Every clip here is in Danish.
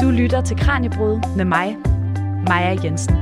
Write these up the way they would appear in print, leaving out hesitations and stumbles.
Du lytter til Kraniebrud med mig, Maja Jensen.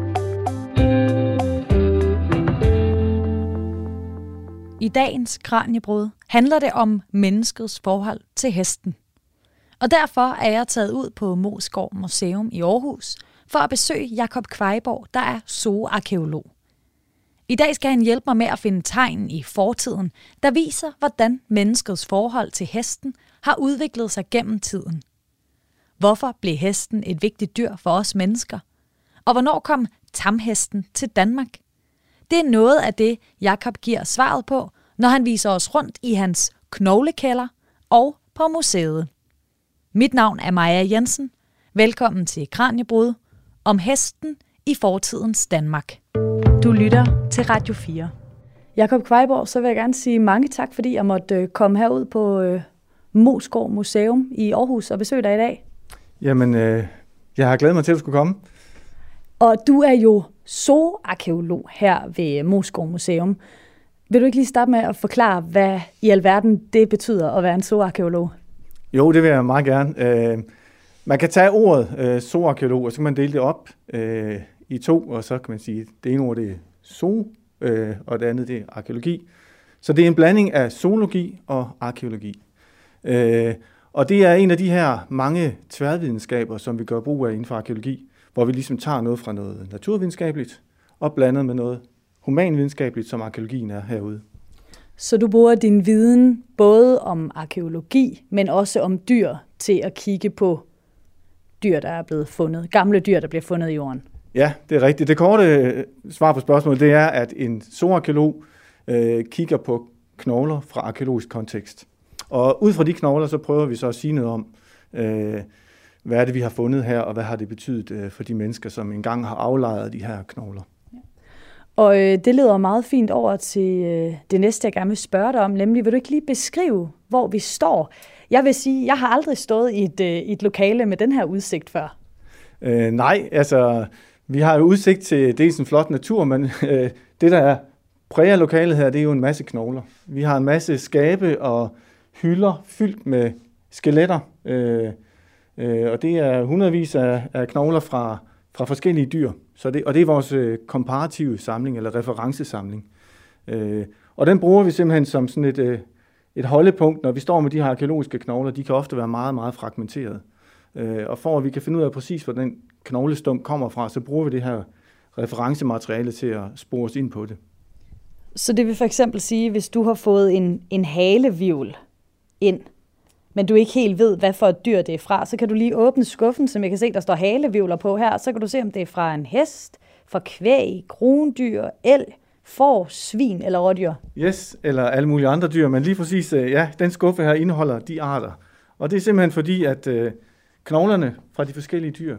I dagens Kraniebrud handler det om menneskets forhold til hesten. Og derfor er jeg taget ud på Moesgaard Museum i Aarhus for at besøge Jakob Kvejborg, der er zooarkæolog. I dag skal han hjælpe mig med at finde tegn i fortiden, der viser, hvordan menneskets forhold til hesten har udviklet sig gennem tiden. Hvorfor blev hesten et vigtigt dyr for os mennesker? Og hvornår kom tamhesten til Danmark? Det er noget af det, Jakob giver svaret på, når han viser os rundt i hans knoglekælder og på museet. Mit navn er Maja Jensen. Velkommen til Kraniebrud om hesten i fortidens Danmark. Du lytter til Radio 4. Jakob Kvejborg, så vil jeg gerne sige mange tak, fordi jeg måtte komme herud på Moesgaard Museum i Aarhus og besøge dig i dag. Jamen, jeg har glædet mig til, at du skulle komme. Og du er jo zooarkæolog her ved Moesgaard Museum. Vil du ikke lige starte med at forklare, hvad i alverden det betyder at være en zooarkæolog? Jo, det vil jeg meget gerne. Man kan tage ordet zooarkæolog, og så kan man dele det op i to, og så kan man sige, at det ene ord det er zoo, og det andet det er arkæologi. Så det er en blanding af zoologi og arkæologi. Og det er en af de her mange tværvidenskaber, som vi gør brug af inden for arkæologi, hvor vi ligesom tager noget fra noget naturvidenskabeligt og blander med noget humanvidenskabeligt, som arkæologien er herude. Så du bruger din viden både om arkæologi, men også om dyr til at kigge på dyr, der er blevet fundet, gamle dyr, der bliver fundet i jorden? Ja, det er rigtigt. Det korte svar på spørgsmålet, det er, at en zooarkæolog kigger på knogler fra arkæologisk kontekst. Og ud fra de knogler, så prøver vi så at sige noget om, hvad er det, vi har fundet her, og hvad har det betydet for de mennesker, som engang har aflejret de her knogler. Og det leder meget fint over til det næste, jeg gerne vil spørge dig om, nemlig vil du ikke lige beskrive, hvor vi står? Jeg vil sige, jeg har aldrig stået i et lokale med den her udsigt før. Nej, altså vi har jo udsigt til dels en flot natur, men det der er præger lokalet her, det er jo en masse knogler. Vi har en masse skabe og hylder fyldt med skeletter, og det er hundredvis af knogler fra forskellige dyr. Og det er vores komparative samling, eller referencesamling. Og den bruger vi simpelthen som sådan et holdepunkt, når vi står med de her arkæologiske knogler. De kan ofte være meget, meget fragmenterede. Og for at vi kan finde ud af præcis, hvor den knoglestump kommer fra, så bruger vi det her referencemateriale til at spore os ind på det. Så det vil for eksempel sige, hvis du har fået en halehvirvel ind, men du ikke helt ved, hvad for et dyr det er fra, så kan du lige åbne skuffen, som jeg kan se, der står halehvirvler på her, så kan du se, om det er fra en hest, fra kvæg, krondyr, elg, får, svin eller rådyr. Yes, eller alle mulige andre dyr, men lige præcis, ja, den skuffe her indeholder de arter. Og det er simpelthen fordi, at knoglerne fra de forskellige dyr,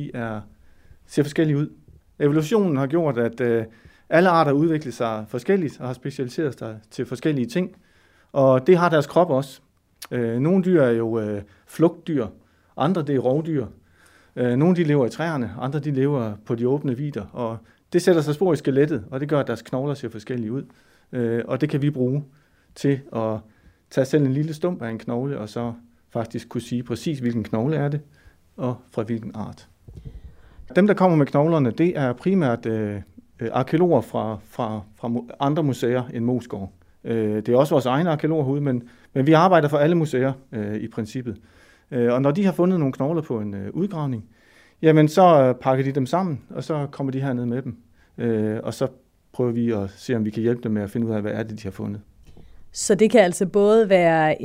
ser forskellige ud. Evolutionen har gjort, at alle arter udvikler sig forskelligt og har specialiseret sig til forskellige ting. Og det har deres krop også. Nogle dyr er jo flugtdyr, andre det er rovdyr. Nogle de lever i træerne, andre de lever på de åbne vidder. Og det sætter sig spor i skelettet, og det gør, at deres knogler ser forskellige ud. Og det kan vi bruge til at tage selv en lille stump af en knogle, og så faktisk kunne sige præcis, hvilken knogle er det, og fra hvilken art. Dem, der kommer med knoglerne, det er primært arkæologer fra andre museer end Moesgaard. Det er også vores egne arkæologer herude, men vi arbejder for alle museer i princippet. Og når de har fundet nogle knogler på en udgravning, jamen så pakker de dem sammen, og så kommer de herned med dem. Og så prøver vi at se, om vi kan hjælpe dem med at finde ud af, hvad er det, de har fundet. Så det kan altså både være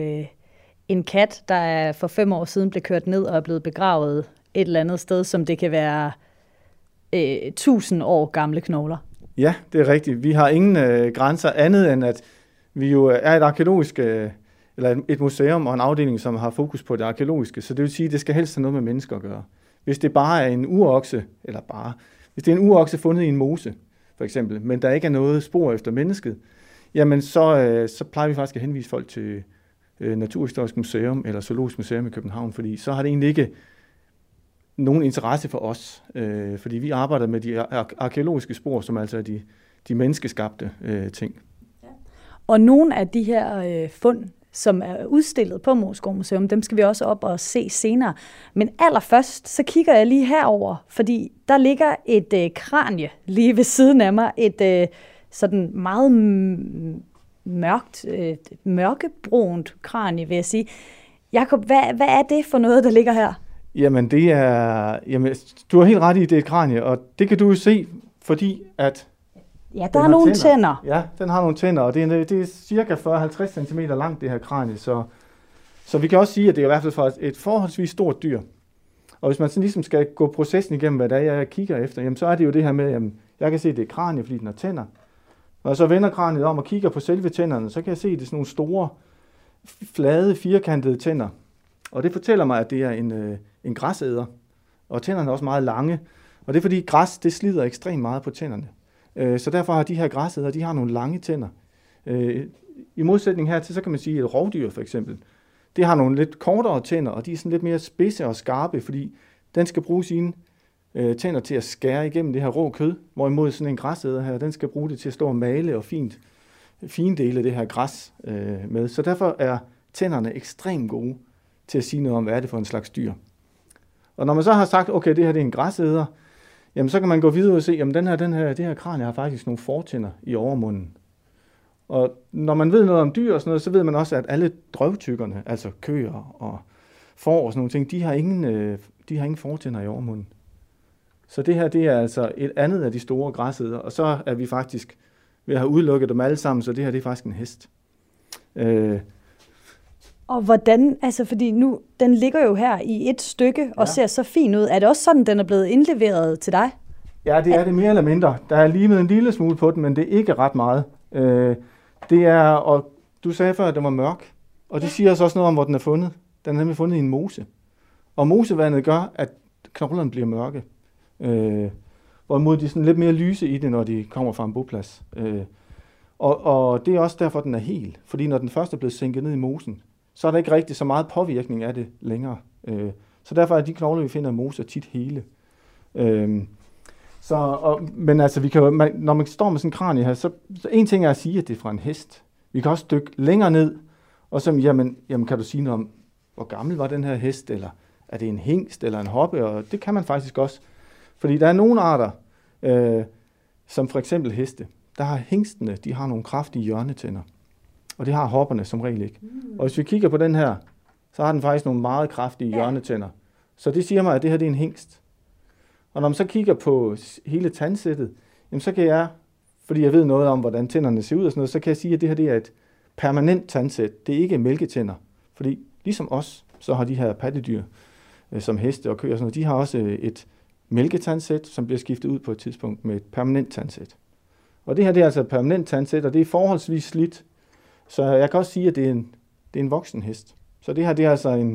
en kat, der for 5 år siden blev kørt ned og er blevet begravet et eller andet sted, som det kan være 1000 år gamle knogler. Ja, det er rigtigt. Vi har ingen grænser andet end, at vi jo er et arkæologisk, eller et museum og en afdeling, som har fokus på det arkæologiske. Så det vil sige, at det skal helst have noget med mennesker at gøre. Hvis det bare er en urokse, hvis det er en urokse fundet i en mose, for eksempel, men der ikke er noget spor efter mennesket, jamen så plejer vi faktisk at henvise folk til Naturhistorisk Museum eller Zoologisk Museum i København, fordi så har det egentlig ikke nogen interesse for os, fordi vi arbejder med de arkæologiske spor, som altså er de menneskeskabte ting. Og nogle af de her fund, som er udstillet på Moesgaard Museum. Dem skal vi også op og se senere. Men allerførst, så kigger jeg lige herover, fordi der ligger et kranie lige ved siden af mig. Et sådan meget mørkebrunt kranie, vil jeg sige. Jakob, hvad er det for noget, der ligger her? Jamen, du har helt ret i, det er et kranie, og det kan du jo se, fordi at... Ja, der er nogle tænder. Ja, den har nogle tænder, og det er cirka 40-50 cm langt, det her kranie, så vi kan også sige, at det er i hvert fald for et forholdsvis stort dyr. Og hvis man sådan ligesom skal gå processen igennem, hvad det er, jeg kigger efter, jamen, så er det jo det her med, jamen, jeg kan se, at det er kranie, fordi den har tænder. Og så vender kraniet om og kigger på selve tænderne, så kan jeg se, at det er sådan nogle store, flade, firkantede tænder. Og det fortæller mig, at det er en græsæder, og tænderne er også meget lange. Og det er fordi græs, det slider ekstremt meget på tænderne. Så derfor har de her græsæder, de har nogle lange tænder. I modsætning hertil, så kan man sige, at et rovdyr for eksempel, det har nogle lidt kortere tænder, og de er sådan lidt mere spidse og skarpe, fordi den skal bruge sine tænder til at skære igennem det her rå kød, hvorimod sådan en græsæder her, den skal bruge det til at stå og male og findele det her græs med. Så derfor er tænderne ekstremt gode til at sige noget om, hvad er det for en slags dyr. Og når man så har sagt, okay, det her det er en græsæder, jamen så kan man gå videre og se, jamen det her kranie har faktisk nogle fortænder i overmunden. Og når man ved noget om dyr og sådan noget, så ved man også, at alle drøvtyggerne, altså køer og får og sådan nogle ting, de har ingen fortænder i overmunden. Så det her, det er altså et andet af de store græsæder, og så er vi faktisk ved at have udelukket dem alle sammen, så det her, det er faktisk en hest. Og hvordan, altså fordi nu, den ligger jo her i et stykke og ser så fin ud. Er det også sådan, den er blevet indleveret til dig? Ja, det er det mere eller mindre. Der er limet en lille smule på den, men det er ikke ret meget. Det er, og du sagde før, at den var mørk, og det siger os også noget om, hvor den er fundet. Den er nemlig fundet i en mose. Og mosevandet gør, at knoglerne bliver mørke. Hvorimod de er sådan lidt mere lyse i det, når de kommer fra en boplads. Og det er også derfor, den er hel. Fordi når den først er blevet sænket ned i mosen, så er der ikke rigtig så meget påvirkning af det længere. Så derfor er de knogler, vi finder i moser, tit hele. Men altså, når man står med sådan en kranie her, så en ting er at sige, at det er fra en hest. Vi kan også dykke længere ned, og så jamen kan du sige noget om, hvor gammel var den her hest, eller er det en hingst eller en hoppe, og det kan man faktisk også. Fordi der er nogle arter, som for eksempel heste, der har hingstene, de har nogle kraftige hjørnetænder. Og det har hopperne som regel ikke. Og hvis vi kigger på den her, så har den faktisk nogle meget kraftige hjørnetænder. Så det siger mig, at det her det er en hingst. Og når man så kigger på hele tandsættet, jamen så kan jeg, fordi jeg ved noget om, hvordan tænderne ser ud og sådan noget, så kan jeg sige, at det her det er et permanent tandsæt. Det er ikke mælketænder. Fordi ligesom os, så har de her pattedyr, som heste og køer og sådan noget, de har også et mælketandsæt, som bliver skiftet ud på et tidspunkt med et permanent tandsæt. Og det her det er altså et permanent tandsæt, og det er forholdsvis slidt. Så jeg kan også sige, at det er en voksen hest. Så det her det er altså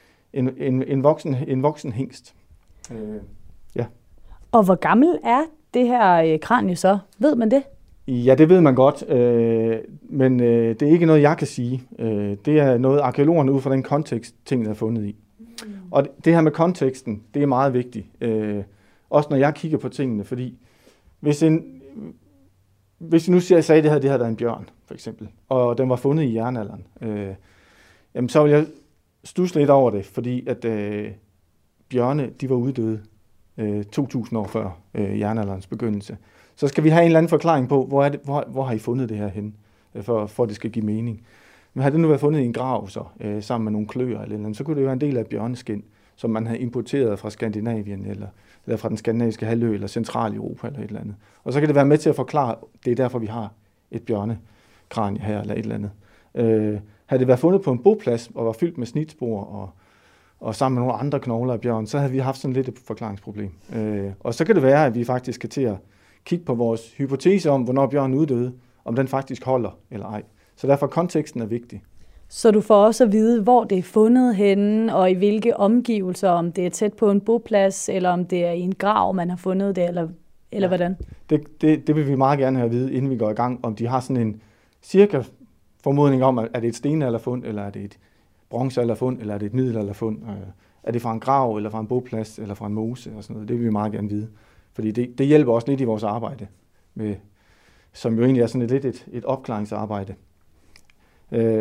en voksen hingst. Ja. Og hvor gammel er det her kranie så? Ved man det? Ja, det ved man godt, men det er ikke noget, jeg kan sige. Det er noget, arkæologerne ud fra den kontekst, tingene er fundet i. Og det her med konteksten, det er meget vigtigt. Også når jeg kigger på tingene, fordi hvis nu sagde, at det havde været en bjørn, for eksempel, og den var fundet i jernalderen, jamen så vil jeg studse lidt over det, fordi at bjørne, de var uddøde 2000 år før jernalderens begyndelse. Så skal vi have en eller anden forklaring på, hvor har I fundet det her hen, for at det skal give mening. Men har det nu været fundet i en grav så, sammen med nogle kløer eller andet, så kunne det være en del af bjørneskin, som man havde importeret fra Skandinavien eller fra den skandinaviske halvø eller Centraleuropa eller et eller andet. Og så kan det være med til at forklare, det er derfor vi har et bjørnekranie her eller et eller andet. Havde det været fundet på en boplads og var fyldt med snitspor og sammen med nogle andre knogler af bjørn, så havde vi haft sådan lidt et forklaringsproblem. Og så kan det være, at vi faktisk skal til at kigge på vores hypotese om, hvornår bjørnen uddøde, om den faktisk holder eller ej. Så derfor konteksten er vigtig. Så du får også at vide, hvor det er fundet henne, og i hvilke omgivelser, om det er tæt på en boplads, eller om det er i en grav, man har fundet det, eller hvordan? Det vil vi meget gerne have at vide, inden vi går i gang, om de har sådan en cirka formodning om, er det et stenalderfund, eller er det et bronzealderfund, eller er det et middelalderfund? Er det fra en grav, eller fra en boplads, eller fra en mose, og sådan noget? Det vil vi meget gerne vide. Fordi det hjælper også lidt i vores arbejde, som jo egentlig er sådan lidt et opklaringsarbejde.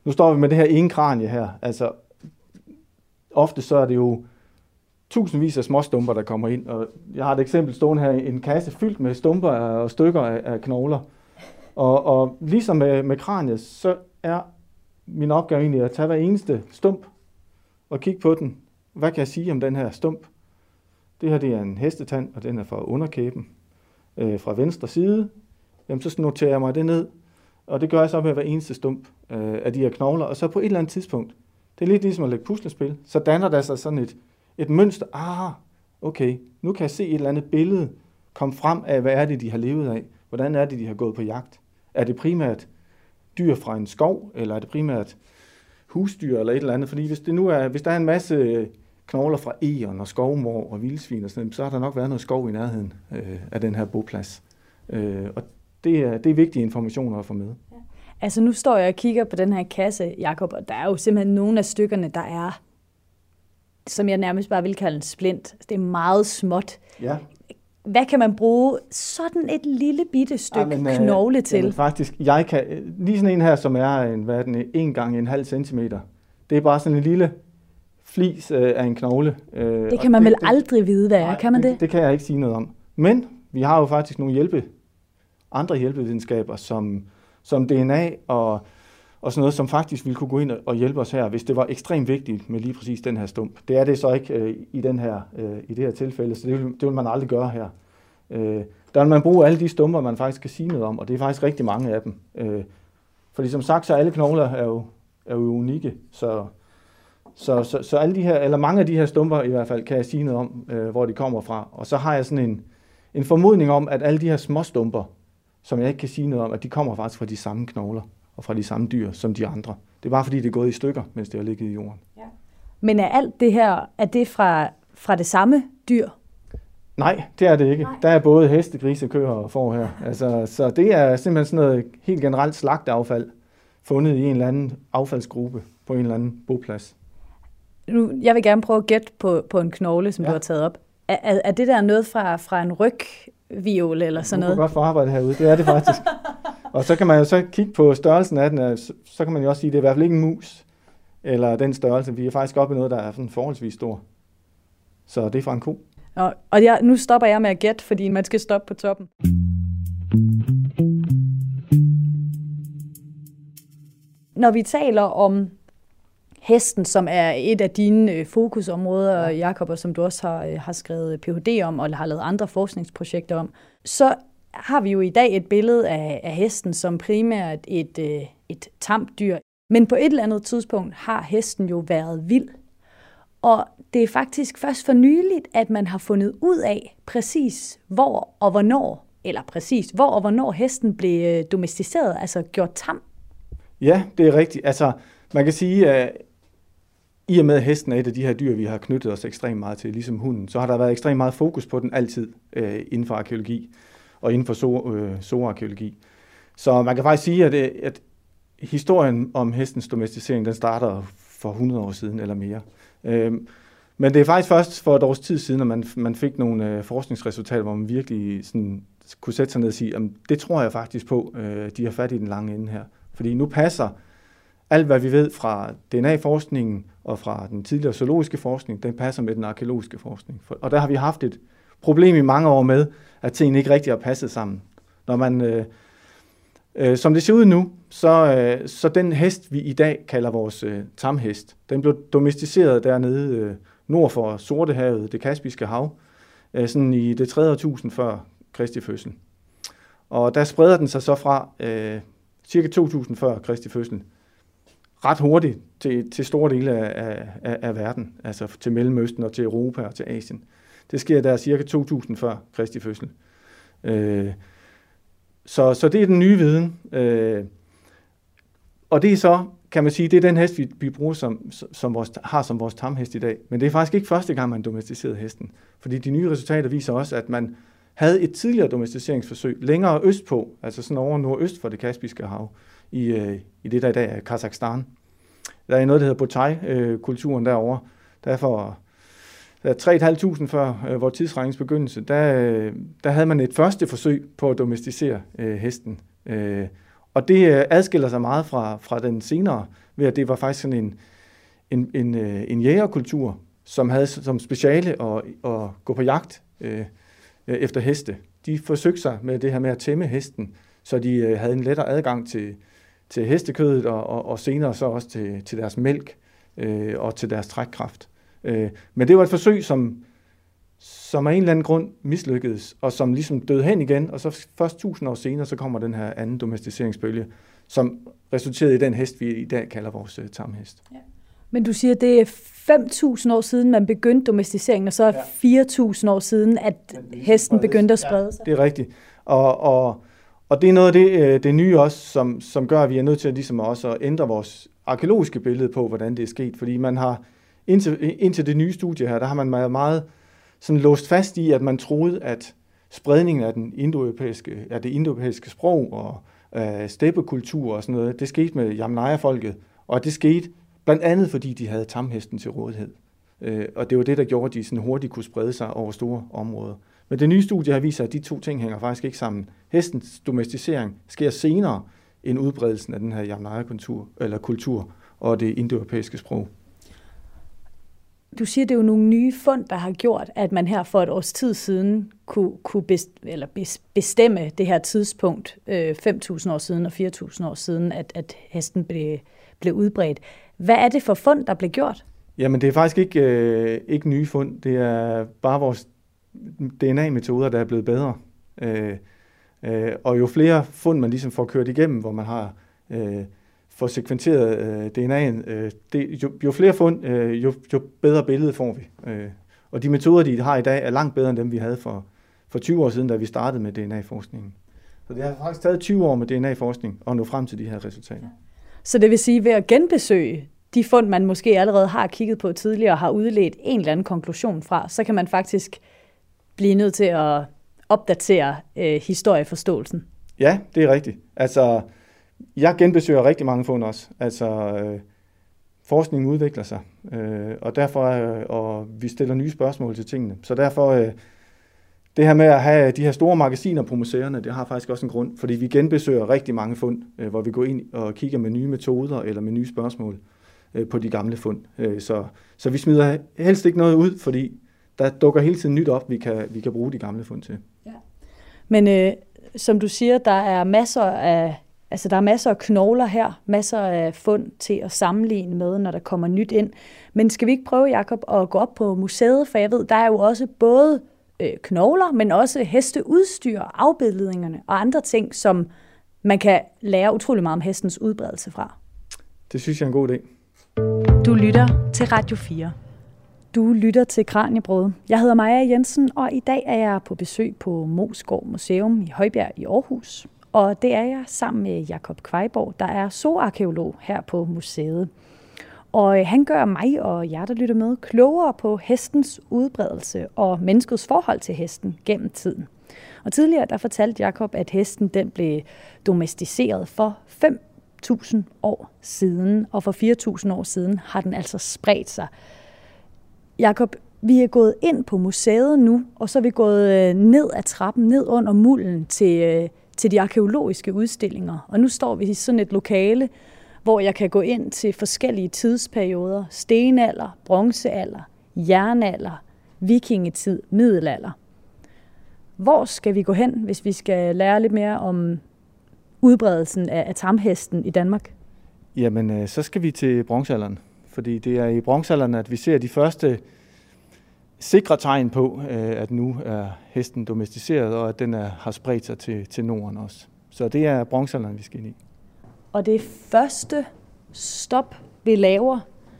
Nu står vi med det her ene kranie her. Altså, ofte så er det jo tusindvis af småstumper, der kommer ind. Og jeg har et eksempel stående her, en kasse fyldt med stumper og stykker af knogler. Og ligesom med kraniet, så er min opgave egentlig at tage hver eneste stump og kigge på den. Hvad kan jeg sige om den her stump? Det her det er en hestetand, og den er fra underkæben fra venstre side. Jamen, så noterer jeg mig det ned, og det gør jeg så med hver eneste stump af de her knogler. Og så på et eller andet tidspunkt, det er lidt ligesom at lægge puslespil, så danner der sig sådan et mønster. Okay, nu kan jeg se et eller andet billede komme frem af, hvad er det, de har levet af? Hvordan er det, de har gået på jagt? Er det primært dyr fra en skov, eller er det primært husdyr eller et eller andet? Fordi hvis der er en masse knogler fra egern og skovmor og vildsvin og sådan, så har der nok været noget skov i nærheden af den her boplads. Og det er vigtige informationer at få med. Ja. Altså nu står jeg og kigger på den her kasse, Jakob, og der er jo simpelthen nogle af stykkerne, der er, som jeg nærmest bare vil kalde en splint. Det er meget småt. Ja. Hvad kan man bruge sådan et lille bitte stykke knogle til? Jamen faktisk, jeg kan, lige sådan en her, som er 1 gange 1,5 centimeter. Det er bare sådan en lille flis af en knogle. Det kan man vel aldrig vide, hvad er, kan man det? Det kan jeg ikke sige noget om. Men vi har jo faktisk nogle andre hjælpevidenskaber, som DNA og sådan noget, som faktisk ville kunne gå ind og hjælpe os her, hvis det var ekstremt vigtigt med lige præcis den her stump. Det er det så ikke i det her tilfælde, så det vil man aldrig gøre her. Der vil man bruge alle de stumper, man faktisk kan sige noget om, og det er faktisk rigtig mange af dem. Fordi som sagt, så alle knogler er jo unikke, så alle de her, eller mange af de her stumper i hvert fald, kan jeg sige noget om, hvor de kommer fra. Og så har jeg sådan en formodning om, at alle de her små stumper, som jeg ikke kan sige noget om, at de kommer faktisk fra de samme knogler og fra de samme dyr som de andre. Det er bare fordi, det er gået i stykker, mens det har ligget i jorden. Ja. Men er alt det her, er det fra det samme dyr? Nej, det er det ikke. Nej. Der er både heste, grise, køer og får her. Altså, så det er simpelthen sådan noget helt generelt slagteaffald, fundet i en eller anden affaldsgruppe på en eller anden boplads. Jeg vil gerne prøve at gætte på en knogle, som du har taget op. Er det der noget fra en rygviol eller sådan noget? Du kan godt få arbejde herude, det er det faktisk. Og så kan man jo så kigge på størrelsen af den, så kan man jo også sige, at det er i hvert fald ikke en mus, eller den størrelse. Vi er faktisk oppe i noget, der er sådan forholdsvis stor. Så det er fra en ko. Og nu stopper jeg med at gætte, fordi man skal stoppe på toppen. Når vi taler om hesten, som er et af dine fokusområder, Jakob, og som du også har skrevet Ph.D. om, og har lavet andre forskningsprojekter om, så har vi jo i dag et billede af hesten som primært et tamt dyr. Men på et eller andet tidspunkt har hesten jo været vild. Og det er faktisk først for nyligt, at man har fundet ud af præcis hvor og hvornår hesten blev domesticeret, altså gjort tam. Ja, det er rigtigt. Altså, man kan sige, at i og med at hesten er et af de her dyr, vi har knyttet os ekstremt meget til, ligesom hunden, så har der været ekstremt meget fokus på den altid inden for arkæologi og inden for zooarkæologi. Så man kan faktisk sige, at historien om hestens domesticering, den starter for 100 år siden eller mere. Men det er faktisk først for et års tid siden, at man fik nogle forskningsresultater, hvor man virkelig sådan kunne sætte sig ned og sige, at det tror jeg faktisk på, de har fat i den lange ende her. Fordi nu passer alt, hvad vi ved fra DNA-forskningen og fra den tidligere zoologiske forskning, den passer med den arkæologiske forskning. Og der har vi haft et problem i mange år med, at tingene ikke rigtig har passet sammen. Når man, som det ser ud nu, så den hest, vi i dag kalder vores tamhest, den blev domesticeret dernede nord for Sortehavet, det Kaspiske Hav, sådan i det 3. årtusind før Kristi fødsel. Og der spreder den sig så fra cirka 2000 før Kristi fødsel ret hurtigt til store dele af verden, altså til Mellemøsten og til Europa og til Asien. Det sker der cirka 2000 før Kristi fødsel. Så det er den nye viden. Og det er så, kan man sige, det er den hest, vi bruger som vores tamhest i dag. Men det er faktisk ikke første gang, man domesticerede hesten. Fordi de nye resultater viser også, at man havde et tidligere domesticeringsforsøg længere østpå, altså sådan over nordøst for det Kaspiske Hav, i det, der i dag er Kazakhstan. Der er noget, der hedder Botai-kulturen derovre. Derfor, der 3.500 før vores tidsregningens begyndelse, der havde man et første forsøg på at domesticere hesten. Og det adskiller sig meget fra den senere, ved at det var faktisk sådan en jægerkultur, som havde som speciale at gå på jagt efter heste. De forsøgte sig med det her med at tæmme hesten, så de havde en lettere adgang til hestekødet, og senere så også til deres mælk og til deres trækkraft. Men det var et forsøg, som af en eller anden grund mislykkedes, og som ligesom døde hen igen, og så først 1000 år senere, så kommer den her anden domesticeringsbølge, som resulterede i den hest, vi i dag kalder vores tamhest. Ja. Men du siger, det er 5.000 år siden, man begyndte domesticeringen, og så er 4.000 år siden, at hesten begyndte at sprede sig. Ja, det er rigtigt. Og det er noget af det nye også, som gør, at vi er nødt til ligesom også at ændre vores arkæologiske billede på, hvordan det er sket. Fordi man har indtil det nye studie her, der har man været meget sådan låst fast i, at man troede, at spredningen af det indoeuropæiske sprog og steppekultur og sådan noget, det skete med Yamnaya-folket, og det skete blandt andet, fordi de havde tamhesten til rådighed. Og det var det, der gjorde, at de sådan hurtigt kunne sprede sig over store områder. Men det nye studie har vist sig, at de to ting hænger faktisk ikke sammen. Hestens domesticering sker senere end udbredelsen af den her Yamnaya-kultur og det indoeuropæiske sprog. Du siger, det er jo nogle nye fund, der har gjort, at man her for et års tid siden kunne bestemme det her tidspunkt, 5.000 år siden og 4.000 år siden, at hesten blev udbredt. Hvad er det for fund, der blev gjort? Jamen, det er faktisk ikke nye fund. Det er bare vores DNA-metoder, der er blevet bedre. Og jo flere fund, man ligesom får kørt igennem, hvor man har får sekventeret DNA'en, jo flere fund, jo bedre billede får vi. Og de metoder, de har i dag, er langt bedre end dem, vi havde for 20 år siden, da vi startede med DNA-forskningen. Så det har faktisk taget 20 år med DNA-forskning at nå frem til de her resultater. Så det vil sige, ved at genbesøge de fund, man måske allerede har kigget på tidligere og har udledt en eller anden konklusion fra, så kan man faktisk blive nødt til at opdatere historieforståelsen. Ja, det er rigtigt. Altså, jeg genbesøger rigtig mange fund også. Altså, forskningen udvikler sig, og derfor og vi stiller nye spørgsmål til tingene. Så derfor, det her med at have de her store magasiner på museerne, det har faktisk også en grund, fordi vi genbesøger rigtig mange fund, hvor vi går ind og kigger med nye metoder eller med nye spørgsmål på de gamle fund. Så vi smider helst ikke noget ud, fordi der dukker hele tiden nyt op, vi kan bruge de gamle fund til. Ja. Men som du siger, der er masser af knogler her, masser af fund til at sammenligne med, når der kommer nyt ind. Men skal vi ikke prøve, Jakob, at gå op på museet? For jeg ved, der er jo også både knogler, men også hesteudstyr, afbildningerne og andre ting, som man kan lære utrolig meget om hestens udbredelse fra. Det synes jeg er en god idé. Du lytter til Radio 4. Du lytter til Kraniebrød. Jeg hedder Maja Jensen, og i dag er jeg på besøg på Moesgaard Museum i Højbjerg i Aarhus. Og det er jeg sammen med Jakob Kvejborg, der er zooarkæolog her på museet. Og han gør mig og jer, der lytter med, klogere på hestens udbredelse og menneskets forhold til hesten gennem tiden. Og tidligere der fortalte Jakob, at hesten den blev domesticeret for 5.000 år siden, og for 4.000 år siden har den altså spredt sig. Jakob, vi er gået ind på museet nu, og så er vi gået ned ad trappen, ned under mulden til de arkeologiske udstillinger. Og nu står vi i sådan et lokale, hvor jeg kan gå ind til forskellige tidsperioder. Stenalder, bronzealder, jernalder, vikingetid, middelalder. Hvor skal vi gå hen, hvis vi skal lære lidt mere om udbredelsen af tamhesten i Danmark? Jamen, så skal vi til bronzealderen. Fordi det er i bronzealderen, at vi ser de første sikre tegn på, at nu er hesten domesticeret, og at den har spredt sig til Norden også. Så det er bronzealderen, vi skal ind i. Og det første stop, vi laver,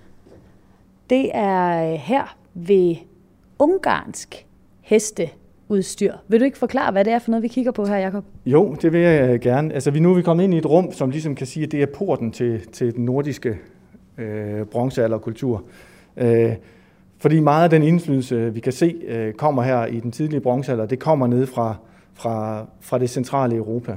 det er her ved ungarsk hesteudstyr. Vil du ikke forklare, hvad det er for noget, vi kigger på her, Jakob? Jo, det vil jeg gerne. Altså, nu er vi kommet ind i et rum, som ligesom kan sige, at det er porten til den nordiske bronzealderkultur. Fordi meget af den indflydelse, vi kan se, kommer her i den tidlige bronzealder, det kommer ned fra det centrale Europa.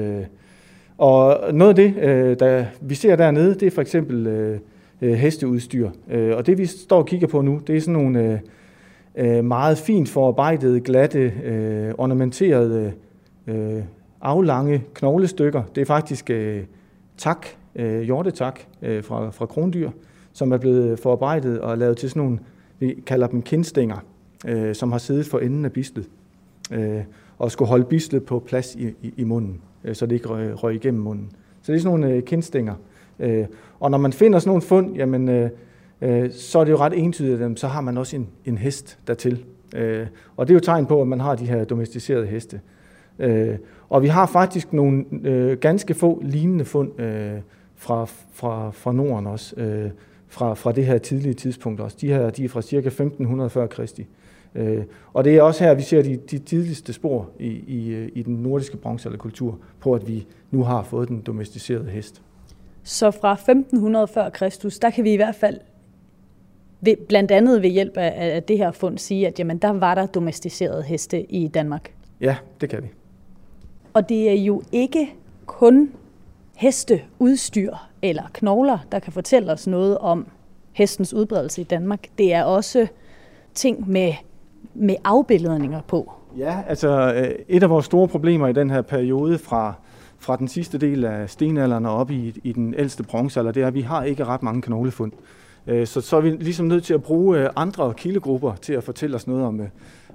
Og noget af det, der vi ser dernede, det er for eksempel hesteudstyr. Og det vi står og kigger på nu, det er sådan nogle meget fint forarbejdede, glatte, ornamenterede aflange knoglestykker. Det er faktisk hjortetak fra krondyr, som er blevet forarbejdet og lavet til sådan nogle, vi kalder dem kindstænger, som har siddet for enden af bislet og skulle holde bislet på plads i munden, så det ikke røg igennem munden. Så det er sådan nogle kindstænger. Og når man finder sådan nogle fund, jamen, så er det jo ret entydigt, at så har man også en hest dertil. Og det er jo tegn på, at man har de her domesticerede heste. Og vi har faktisk nogle ganske få lignende fund fra Norden også, fra det her tidlige tidspunkt også. De er fra ca. 1500 før Kristi. Og det er også her, vi ser de tidligste spor i den nordiske bronzealderkultur på, at vi nu har fået den domesticerede hest. Så fra 1500 før Kristus, der kan vi i hvert fald blandt andet ved hjælp af det her fund sige, at jamen, der var der domesticerede heste i Danmark. Ja, det kan vi. Og det er jo ikke kun hesteudstyr eller knogler, der kan fortælle os noget om hestens udbredelse i Danmark. Det er også ting med afbilledninger på. Ja, altså et af vores store problemer i den her periode fra den sidste del af stenalderen og op i den ældste bronzealder, det er, at vi har ikke ret mange knoglefund. Så er vi ligesom nødt til at bruge andre kildegrupper til at fortælle os noget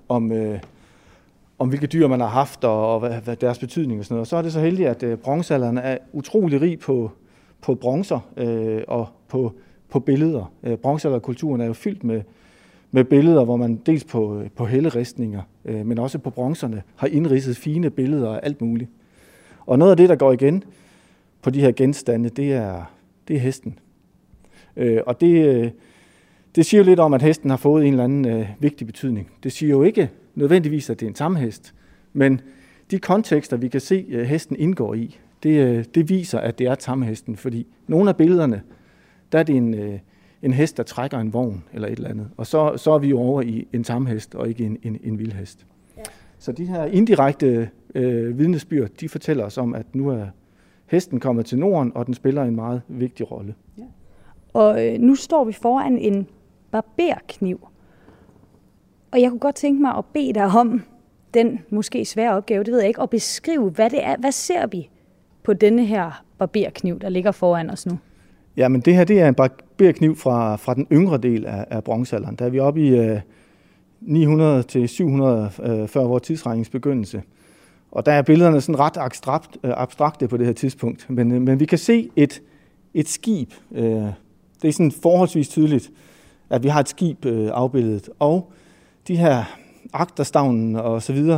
om hvilke dyr man har haft og hvad deres betydning og sådan noget. Og så er det så heldigt, at bronzealderen er utrolig rig på bronzer og på billeder. Bronzealderkulturen er jo fyldt med billeder, hvor man dels på helleristninger, men også på bronzerne har indridset fine billeder af alt muligt. Og noget af det, der går igen på de her genstande, det er hesten. Og det siger jo lidt om, at hesten har fået en eller anden vigtig betydning. Det siger jo ikke nødvendigvis, at det er en tamhest, men de kontekster, vi kan se, hesten indgår i, det viser, at det er tamhesten, fordi nogle af billederne, der er det en hest, der trækker en vogn eller et eller andet, og så er vi jo over i en tamhest og ikke en vildhest. Ja. Så de her indirekte vidnesbyrd, de fortæller os om, at nu er hesten kommet til Norden, og den spiller en meget vigtig rolle. Ja. Og nu står vi foran en barberkniv. Og jeg kunne godt tænke mig at bede dig om den måske svære opgave, det ved jeg ikke, at beskrive, hvad det er. Hvad ser vi på denne her barberkniv, der ligger foran os nu? Jamen det her, det er en barberkniv fra den yngre del af bronzealderen. Der er vi oppe i 900 til 700 før vores tidsregnings begyndelse. Og der er billederne sådan ret abstrakte på det her tidspunkt. Men vi kan se et skib. Det er sådan forholdsvis tydeligt, at vi har et skib afbildet. Og de her agterstavnen og så videre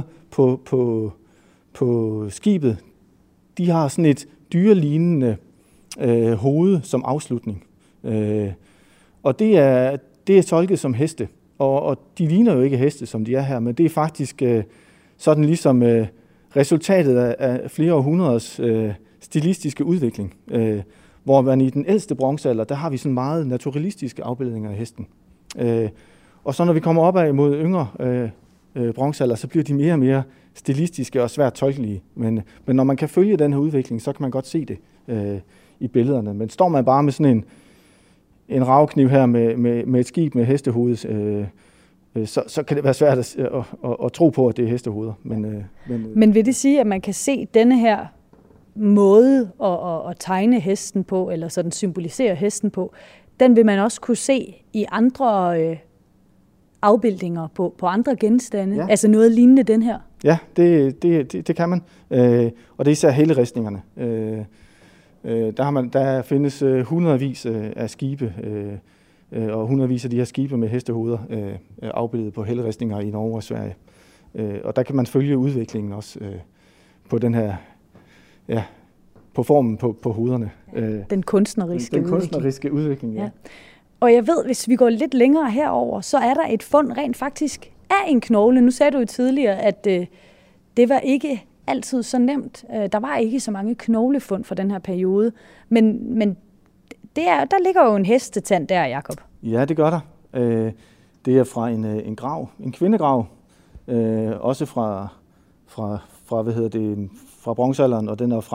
på skibet, de har sådan et dyrelignende hoved som afslutning. Og det er tolket som heste. Og de ligner jo ikke heste, som de er her, men det er faktisk sådan ligesom resultatet af flere århundreders stilistiske udvikling. Hvor man i den ældste bronzealder, der har vi sådan meget naturalistiske afbildninger af hesten. Og så når vi kommer opad mod yngre bronzealder, så bliver de mere og mere stilistiske og svært tolkelige. Men når man kan følge den her udvikling, så kan man godt se det i billederne. Men står man bare med sådan en ravkniv her med et skib med hestehoved, så kan det være svært at tro på, at det er hestehoveder. Men vil det sige, at man kan se denne her måde at tegne hesten på, eller sådan symbolisere hesten på, den vil man også kunne se i andre afbildninger på andre genstande? Ja. Altså noget lignende den her? Ja, det kan man. Og det er især helleristningerne. Der findes hundredvis af skibe, og hundredvis af de her skibe med hestehoveder afbildet på helleristninger i Norge og Sverige. Og der kan man følge udviklingen også på den her, ja, på formen på hovederne. Den kunstneriske udvikling, ja. Og jeg ved, hvis vi går lidt længere herover, så er der et fund rent faktisk af en knogle. Nu sagde du jo tidligere, at det var ikke altid så nemt. Der var ikke så mange knoglefund for den her periode. Men der ligger jo en hestetand der, Jakob. Ja, det gør der. Det er fra en grav, en kvindegrav. Også fra bronzealderen, og den er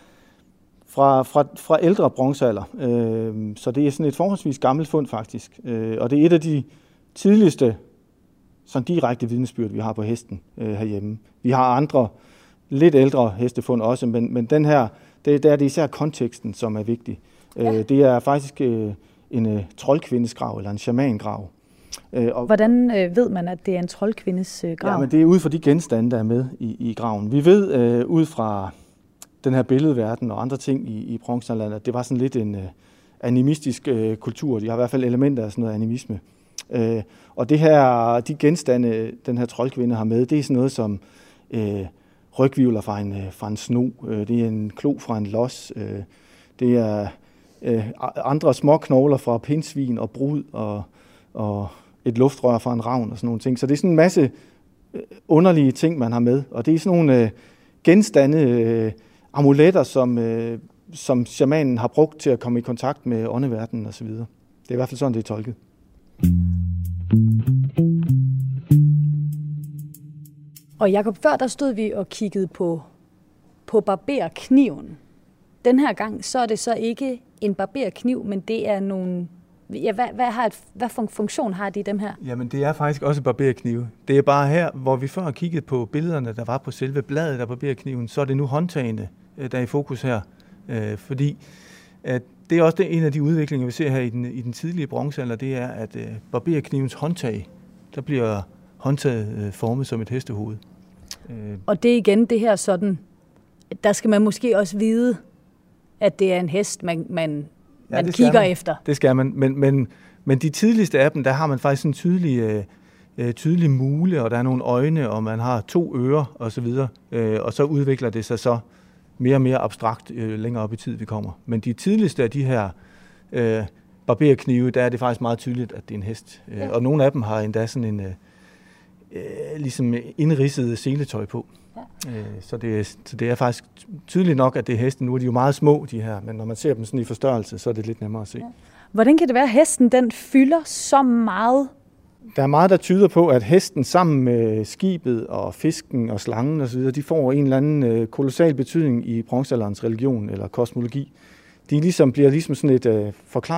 fra ældre bronzealder. Så det er sådan et forholdsvis gammelt fund faktisk. Og det er et af de tidligste sådan direkte vidnesbyrd, vi har på hesten herhjemme. Vi har andre lidt ældre hestefund også, men den her, det er især konteksten, som er vigtig. Ja. Det er faktisk en troldkvindesgrav eller en shamangrav. Hvordan ved man, at det er en troldkvindes grav? Ja, men det er ud fra de genstande, der er med i graven. Vi ved ud fra den her billedverden og andre ting i bronzealderen, at det var sådan lidt en animistisk kultur. De har i hvert fald elementer af sådan noget animisme. Og det her, de genstande, den her troldkvinde har med, det er sådan noget som rygvivler fra en sno, det er en klo fra en los, det er andre små knogler fra pindsvin og brud og et luftrør fra en ravn og sådan nogle ting. Så det er sådan en masse underlige ting, man har med. Og det er sådan nogle genstande, amuletter, som shamanen har brugt til at komme i kontakt med åndeverdenen osv. Det er i hvert fald sådan, det er tolket. Og Jakob, før der stod vi og kiggede på barberkniven. Den her gang, så er det så ikke en barberkniv, men det er nogle... Ja, hvad funktion har de dem her? Jamen, det er faktisk også barberknive. Det er bare her, hvor vi før kiggede på billederne, der var på selve bladet af barberkniven, så er det nu håndtagene, der er i fokus her. Fordi at det er også en af de udviklinger, vi ser her i den tidlige bronzealder, det er, at barberknivens håndtag, der bliver håndtaget formet som et hestehoved. Og det er igen det her sådan, der skal man måske også vide, at det er en hest, man kigger efter. Det skal man, men de tidligste af dem, der har man faktisk en tydelig mule, og der er nogle øjne, og man har 2 ører osv., og så udvikler det sig så mere og mere abstrakt længere op i tid, vi kommer. Men de tidligste af de her barberknive, der er det faktisk meget tydeligt, at det er en hest. Ja. Og nogle af dem har endda sådan en ligesom indridset seletøj på. Ja. Så det er faktisk tydeligt nok, at det er hesten. Nu er de jo meget små, de her, men når man ser dem sådan i forstørrelse, så er det lidt nemmere at se. Ja. Hvordan kan det være, at hesten den fylder så meget? Der er meget, der tyder på, at hesten sammen med skibet og fisken og slangen osv., de får en eller anden kolossal betydning i bronzealderens religion eller kosmologi. De bliver ligesom sådan et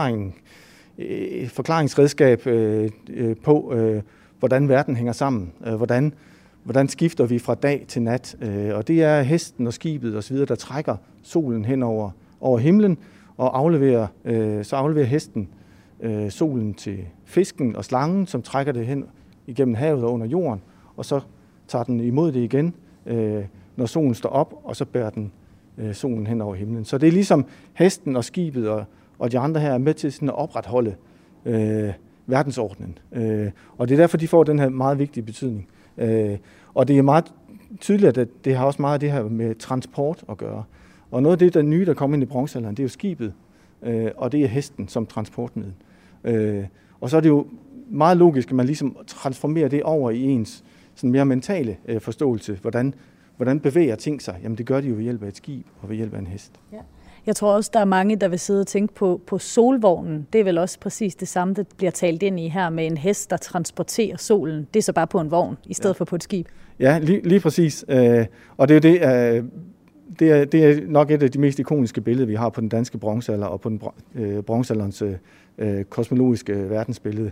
forklaringsredskab på, hvordan verden hænger sammen. Hvordan skifter vi fra dag til nat. Og det er hesten og skibet osv., der trækker solen hen over himlen, og så afleverer hesten solen til fisken og slangen, som trækker det hen igennem havet og under jorden, og så tager den imod det igen, når solen står op, og så bærer den solen hen over himlen. Så det er ligesom hesten og skibet og de andre her er med til sådan at opretholde verdensordenen. Og det er derfor, de får den her meget vigtige betydning. Og det er meget tydeligt, at det har også meget af det her med transport at gøre. Og noget af det, der nye, der kommer ind i bronzealderen, det er jo skibet, og det er hesten som transportmiddel. Og så er det jo meget logisk, at man ligesom transformerer det over i ens sådan mere mentale forståelse. Hvordan bevæger ting sig? Jamen det gør de jo ved hjælp af et skib og ved hjælp af en hest. Ja. Jeg tror også, der er mange, der vil sidde og tænke på solvognen. Det er vel også præcis det samme, der bliver talt ind i her med en hest, der transporterer solen. Det er så bare på en vogn, i stedet for på et skib. Ja, lige præcis. Og det er jo det er nok et af de mest ikoniske billeder, vi har på den danske bronzealder og på den bronzealderens kosmologiske verdensbillede.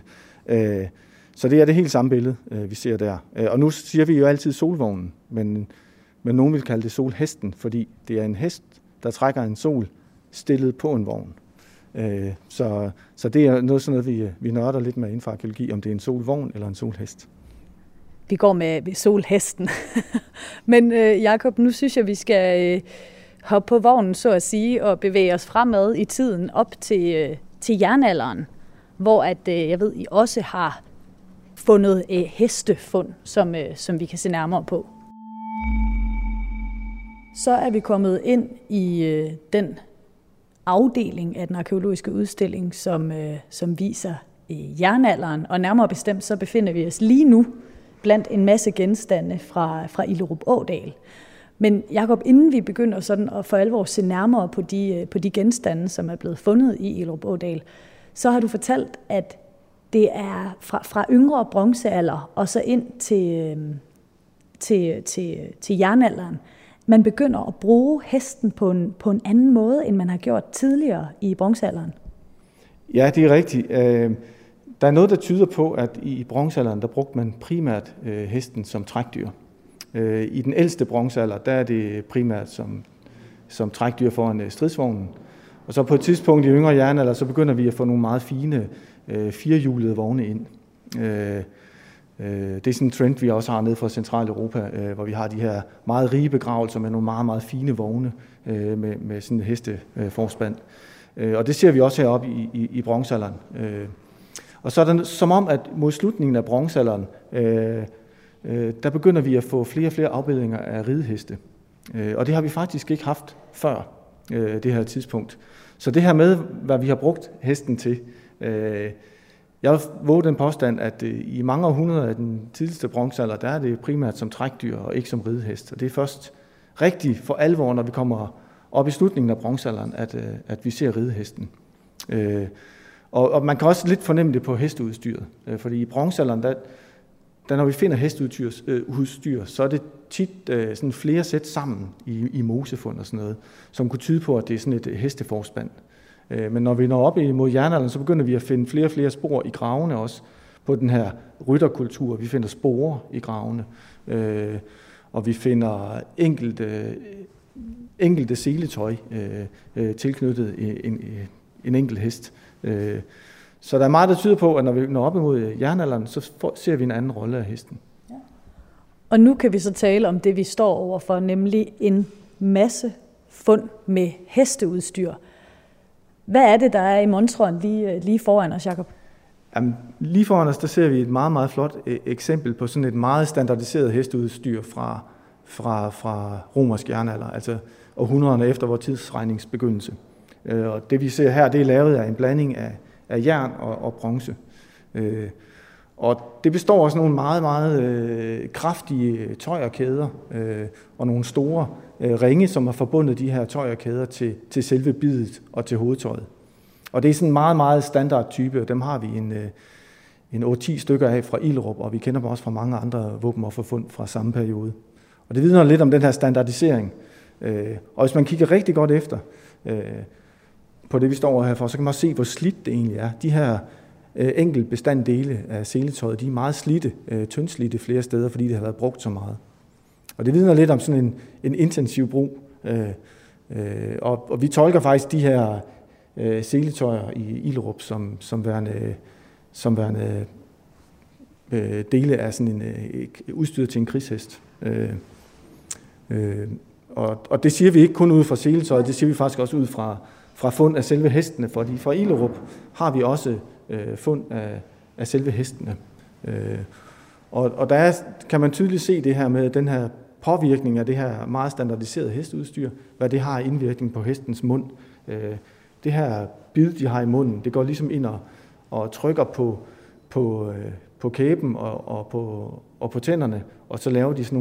Så det er det helt samme billede, vi ser der. Og nu siger vi jo altid solvognen, men nogen vil kalde det solhesten, fordi det er en hest, der trækker en sol stillet på en vogn. Så det er sådan noget, vi nørder lidt med inden for arkæologi, om det er en solvogn eller en solhest. Vi går med solhesten. Men Jakob, nu synes jeg, vi skal hoppe på vognen, så at sige, og bevæge os fremad i tiden op til jernalderen, hvor jeg ved, I også har fundet hestefund, som vi kan se nærmere på. Så er vi kommet ind i den afdeling af den arkæologiske udstilling, som viser jernalderen, og nærmere bestemt så befinder vi os lige nu blandt en masse genstande fra Illerup Ådal. Men Jakob, inden vi begynder sådan at for alvor se nærmere på de genstande, som er blevet fundet i Illerup Ådal, så har du fortalt, at det er fra yngre bronzealder og så ind til jernalderen. Man begynder at bruge hesten på en anden måde, end man har gjort tidligere i bronzealderen. Ja, det er rigtigt. Der er noget, der tyder på, at i bronzealderen, der brugte man primært hesten som trækdyr. I den ældste bronzealder, der er det primært som trækdyr foran stridsvognen. Og så på et tidspunkt i yngre jernalder, så begynder vi at få nogle meget fine firehjulede vogne ind. Det er sådan en trend, vi også har nede fra Centraleuropa, hvor vi har de her meget rige begravelser med nogle meget, meget fine vogne med sådan en hesteforspand. Og det ser vi også heroppe i bronzealderen. Og så er det som om, at mod slutningen af bronzealderen, der begynder vi at få flere og flere afbildninger af rideheste. Og det har vi faktisk ikke haft før det her tidspunkt. Så det her med, hvad vi har brugt hesten til, jeg vil våge den påstand, at i mange århundreder af den tidligste bronzealder, der er det primært som trækdyr og ikke som ridehest. Og det er først rigtigt for alvor, når vi kommer op i slutningen af bronzealderen, at vi ser ridehesten. Og man kan også lidt fornemme det på hesteudstyret, fordi i bronzealderen, der når vi finder hesteudstyr, så er det tit sådan flere sæt sammen i mosefund og sådan noget, som kunne tyde på, at det er sådan et hesteforspand. Men når vi når op imod jernalderen, så begynder vi at finde flere og flere spor i gravene også på den her rytterkultur. Vi finder sporer i gravene, og vi finder enkelte seletøj tilknyttet en enkelt hest. Så der er meget, der tyder på, at når vi når op imod jernalderen, så ser vi en anden rolle af hesten. Ja. Og nu kan vi så tale om det, vi står overfor, nemlig en masse fund med hesteudstyr. Hvad er det, der er i monstren lige foran os, Jakob? Jamen, lige foran os, der ser vi et meget, meget flot eksempel på sådan et meget standardiseret hesteudstyr fra romersk jernalder, altså århundrederne efter vores tidsregningsbegyndelse. Og det vi ser her, det er lavet af en blanding af jern og bronze. Og det består af sådan nogle meget, meget kraftige tøjerkæder og nogle store ringe, som har forbundet de her tøjerkæder til selve bidet og til hovedtøjet. Og det er sådan en meget, meget standard type, og dem har vi en 8-10 stykker af fra Illerup, og vi kender dem også fra mange andre våbenofferfund fra samme periode. Og det vidner lidt om den her standardisering. Og hvis man kigger rigtig godt efter på det, vi står herfor, så kan man også se, hvor slidt det egentlig er. De her enkelt bestanddele af seletøjet, de er meget slidte, tyndslidte flere steder, fordi det har været brugt så meget. Og det vidner lidt om sådan en intensiv brug. Og vi tolker faktisk de her seletøjer i Illerup som værende dele af sådan en udstyr til en krigshest. Og det siger vi ikke kun ud fra seletøjet, det siger vi faktisk også ud fra fund af selve hestene, fordi fra Illerup har vi også fund af selve hestene. Og der kan man tydeligt se det her med den her påvirkning af det her meget standardiserede hesteudstyr, hvad det har indvirkning på hestens mund. Det her bid, de har i munden, det går ligesom ind og trykker på kæben og på tænderne, og så laver de sådan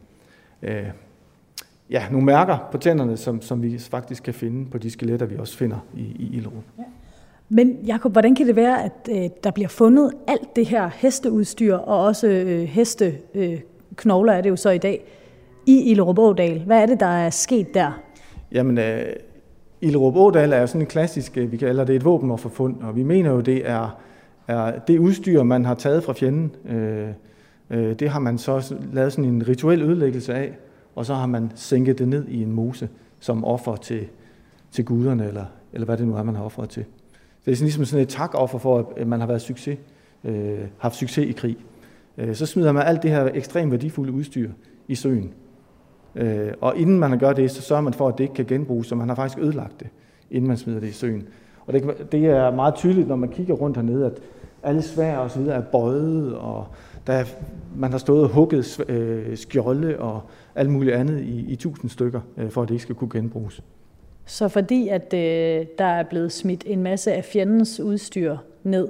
nogle mærker på tænderne, som vi faktisk kan finde på de skeletter, vi også finder i Illerup. Ja. Men Jakob, hvordan kan det være, at der bliver fundet alt det her hesteudstyr, og også hesteknogler er det jo så i dag, i Illerup Ådal? Hvad er det, der er sket der? Jamen, Illerup Ådal er jo sådan en klassisk, vi kalder det et våbenofferfund, og vi mener jo, det er det udstyr, man har taget fra fjenden. Det har man så lavet sådan en rituel ødelæggelse af, og så har man sænket det ned i en mose som offer til guderne, eller hvad det nu er, man har offret til. Det er ligesom sådan et takoffer for, at man har været haft succes i krig. Så smider man alt det her ekstremt værdifulde udstyr i søen. Og inden man gør det, så sørger man for, at det ikke kan genbruges, så man har faktisk ødelagt det, inden man smider det i søen. Og det er meget tydeligt, når man kigger rundt hernede, at alle sværd og så videre er bøjet, og man har stået og hugget skjolde og alt muligt andet i 1000 stykker, for at det ikke skal kunne genbruges. Så fordi at der er blevet smidt en masse af fjendens udstyr ned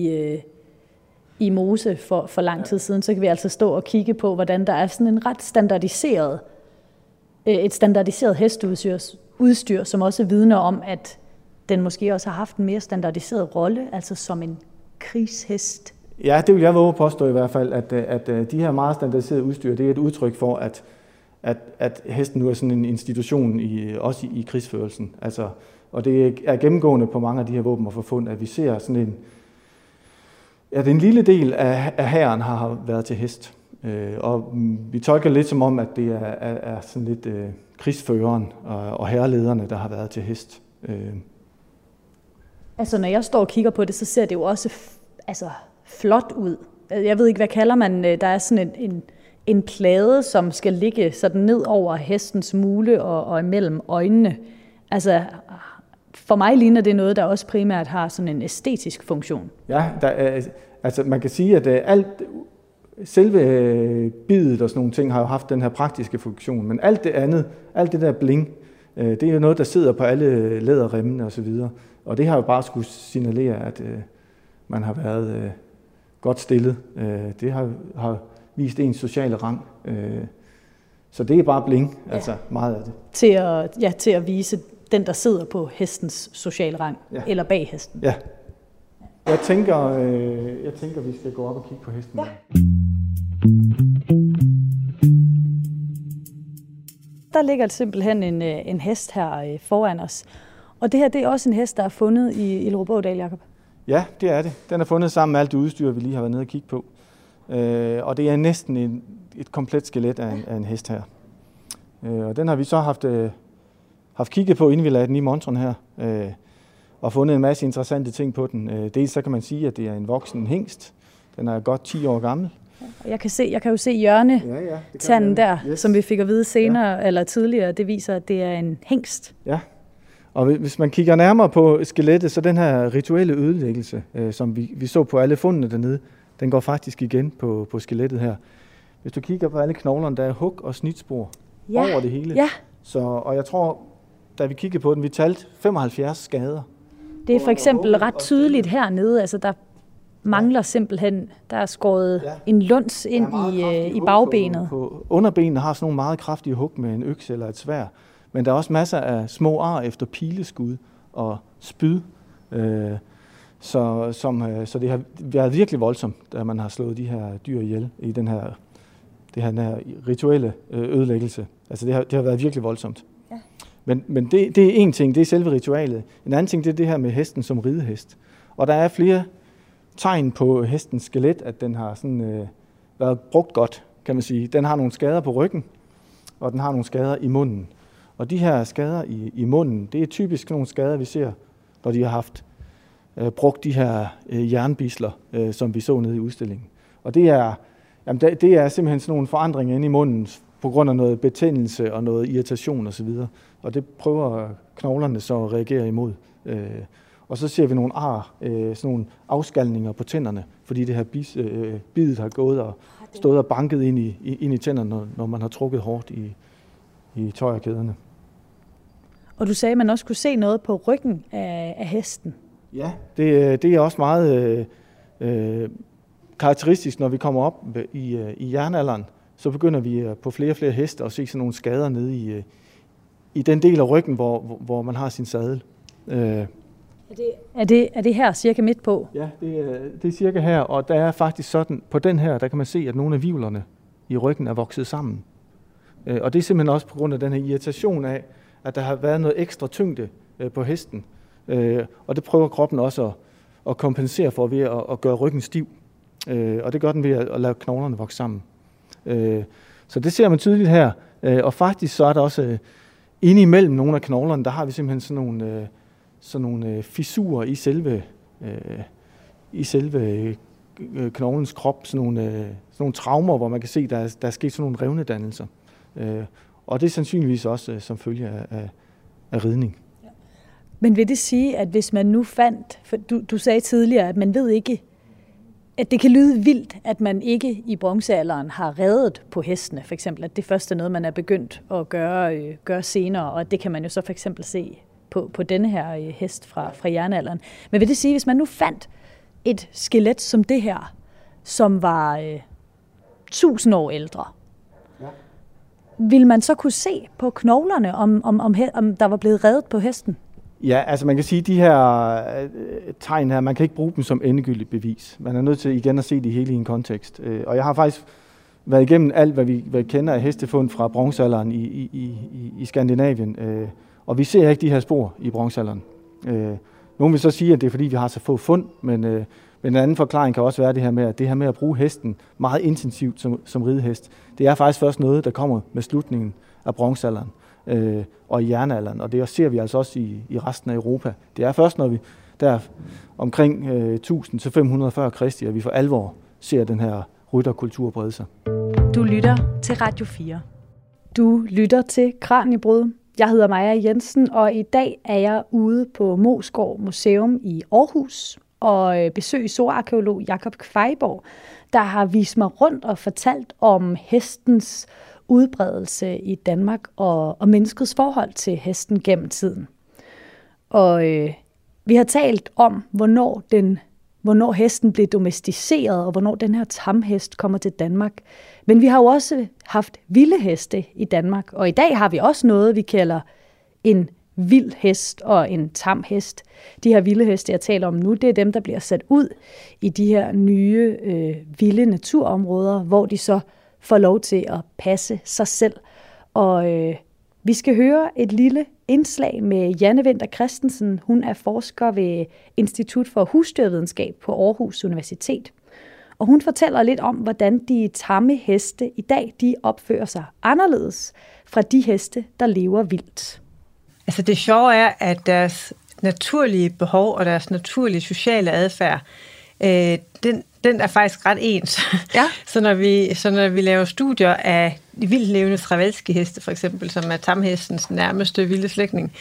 i mose for lang tid siden, så kan vi altså stå og kigge på, hvordan der er sådan en ret standardiseret hesteudstyr, som også vidner om, at den måske også har haft en mere standardiseret rolle, altså som en krigshest. Ja, det vil jeg våge at påstå i hvert fald, at de her meget standardiserede udstyr, det er et udtryk for, at hesten nu er sådan en institution også i krigsførelsen. Altså, og det er gennemgående på mange af de her våbenofferfund, at vi ser sådan en lille del af hæren har været til hest. Og vi tolker lidt som om, at det er sådan lidt krigsføreren og herrelederne, der har været til hest. Altså, når jeg står og kigger på det, så ser det jo også flot ud. Jeg ved ikke, hvad kalder man, der er sådan en plade, som skal ligge sådan ned over hestens mule og imellem øjnene. Altså, for mig ligner det noget, der også primært har sådan en æstetisk funktion. Ja, altså man kan sige, at selve bidet og sådan nogle ting har jo haft den her praktiske funktion, men alt det andet, alt det der bling, det er jo noget, der sidder på alle læderremmene og så videre. Og det har jo bare skulle signalere, at man har været godt stillet. Det har vist ens sociale rang. Så det er bare bling, altså meget af det. Til at vise den, der sidder på hestens sociale rang, eller bag hesten. Ja. Jeg tænker, vi skal gå op og kigge på hesten. Ja. Der ligger simpelthen en hest her foran os. Og det her, det er også en hest, der er fundet i Illerup Ådal, Jakob. Ja, det er det. Den er fundet sammen med alt det udstyr, vi lige har været nede og kigge på. Og det er næsten et komplet skelet af en hest her. Og den har vi så haft kigget på, inden vi lagde den i montren her. Og fundet en masse interessante ting på den. Dels så kan man sige, at det er en voksen hingst. Den er godt 10 år gammel. Jeg kan jo se hjørnetanden der, yes. Som vi fik at vide senere eller tidligere. Det viser, at det er en hingst. Ja, og hvis man kigger nærmere på skelettet, så den her rituelle ødelæggelse, som vi så på alle fundene dernede, den går faktisk igen på skelettet her. Hvis du kigger på alle knoglerne, der er hug og snitspor over det hele. Ja. Og jeg tror, da vi kiggede på den, vi talte 75 skader. Det er for eksempel ret tydeligt hernede, altså der mangler simpelthen, der er skåret en luns ind i bagbenet. På underbenene har sådan nogle meget kraftige hug med en økse eller et sværd, men der er også masser af små ar efter pileskud og spyd. Så det har været virkelig voldsomt, da man har slået de her dyr ihjel i den her rituelle ødelæggelse. Altså det har været virkelig voldsomt. Ja. Men det er en ting, det er selve ritualet. En anden ting, det er det her med hesten som ridehest. Og der er flere tegn på hestens skelet, at den har sådan, været brugt godt, kan man sige. Den har nogle skader på ryggen, og den har nogle skader i munden. Og de her skader i munden, det er typisk nogle skader, vi ser, når de har haft brugt de her jernbisler, som vi så nede i udstillingen. Og det er simpelthen sådan nogle forandringer inde i munden, på grund af noget betændelse og noget irritation osv. Og det prøver knoglerne så at reagere imod. Og så ser vi nogle ar, sådan nogle afskalninger på tænderne, fordi det her bidet har gået og stået og banket ind i tænderne, når man har trukket hårdt i tøjerkæderne. Og du sagde, at man også kunne se noget på ryggen af hesten. Ja, det er også meget karakteristisk, når vi kommer op i jernalderen. Så begynder vi på flere og flere heste at se sådan nogle skader nede i den del af ryggen, hvor man har sin sadel. Er det her cirka midt på? Ja, det er cirka her, og der er faktisk sådan, på den her, der kan man se, at nogle af hvirvlerne i ryggen er vokset sammen. Og det er simpelthen også på grund af den her irritation af, at der har været noget ekstra tyngde på hesten. Og det prøver kroppen også at kompensere for ved at gøre ryggen stiv. Og det gør den ved at lade knoglerne vokse sammen. Så det ser man tydeligt her. Og faktisk så er der også inde imellem nogle af knoglerne, der har vi simpelthen sådan nogle fissurer i selve knoglens krop, sådan nogle traumer, hvor man kan se, der er sket sådan nogle revnedannelser. Og det er sandsynligvis også som følge af ridning. Men vil det sige, at hvis man nu fandt, for du sagde tidligere, at man ved ikke, at det kan lyde vildt, at man ikke i bronzealderen har reddet på hestene, for eksempel, at det første er noget, man er begyndt at gøre senere, og det kan man jo så for eksempel se på denne her hest fra jernalderen. Men vil det sige, hvis man nu fandt et skelet som det her, som var 1000 år ældre, vil man så kunne se på knoglerne, om der var blevet reddet på hesten? Ja, altså man kan sige, at de her tegn her, man kan ikke bruge dem som endegyldigt bevis. Man er nødt til igen at se det hele i en kontekst. Og jeg har faktisk været igennem alt, hvad vi kender af hestefund fra bronzealderen i Skandinavien. Og vi ser ikke de her spor i bronzealderen. Nogle vil så sige, at det er fordi, vi har så få fund, Men en anden forklaring kan også være det her med at bruge hesten meget intensivt som ridehest. Det er faktisk først noget, der kommer med slutningen af bronzealderen og i jernalderen, og det ser vi altså også i resten af Europa. Det er først, når vi der omkring 1000 til 500 før Kristi, at vi for alvor ser den her rytterkultur brede sig. Du lytter til Radio 4. Du lytter til Kraniebrud. Jeg hedder Maja Jensen, og i dag er jeg ude på Moesgaard Museum i Aarhus og besøger zoarkæolog Jakob Kvejborg, der har vist mig rundt og fortalt om hestens udbredelse i Danmark og menneskets forhold til hesten gennem tiden. Og vi har talt om, hvornår hesten blev domesticeret, og hvornår den her tamhest kommer til Danmark. Men vi har jo også haft vilde heste i Danmark, og i dag har vi også noget, vi kalder en vild hest og en tam hest. De her vilde heste, jeg taler om nu, det er dem, der bliver sat ud i de her nye vilde naturområder, hvor de så får lov til at passe sig selv. Og vi skal høre et lille indslag med Janne Winther Christensen. Hun er forsker ved Institut for Husdyrvidenskab på Aarhus Universitet. Og hun fortæller lidt om, hvordan de tamme heste i dag, de opfører sig anderledes fra de heste, der lever vildt. Altså det sjove er, at deres naturlige behov og deres naturlige sociale adfærd, den er faktisk ret ens. Ja. Så når vi laver studier af de vildt levende stravalski-heste, for eksempel, som er tamhestens nærmeste vilde slægtning,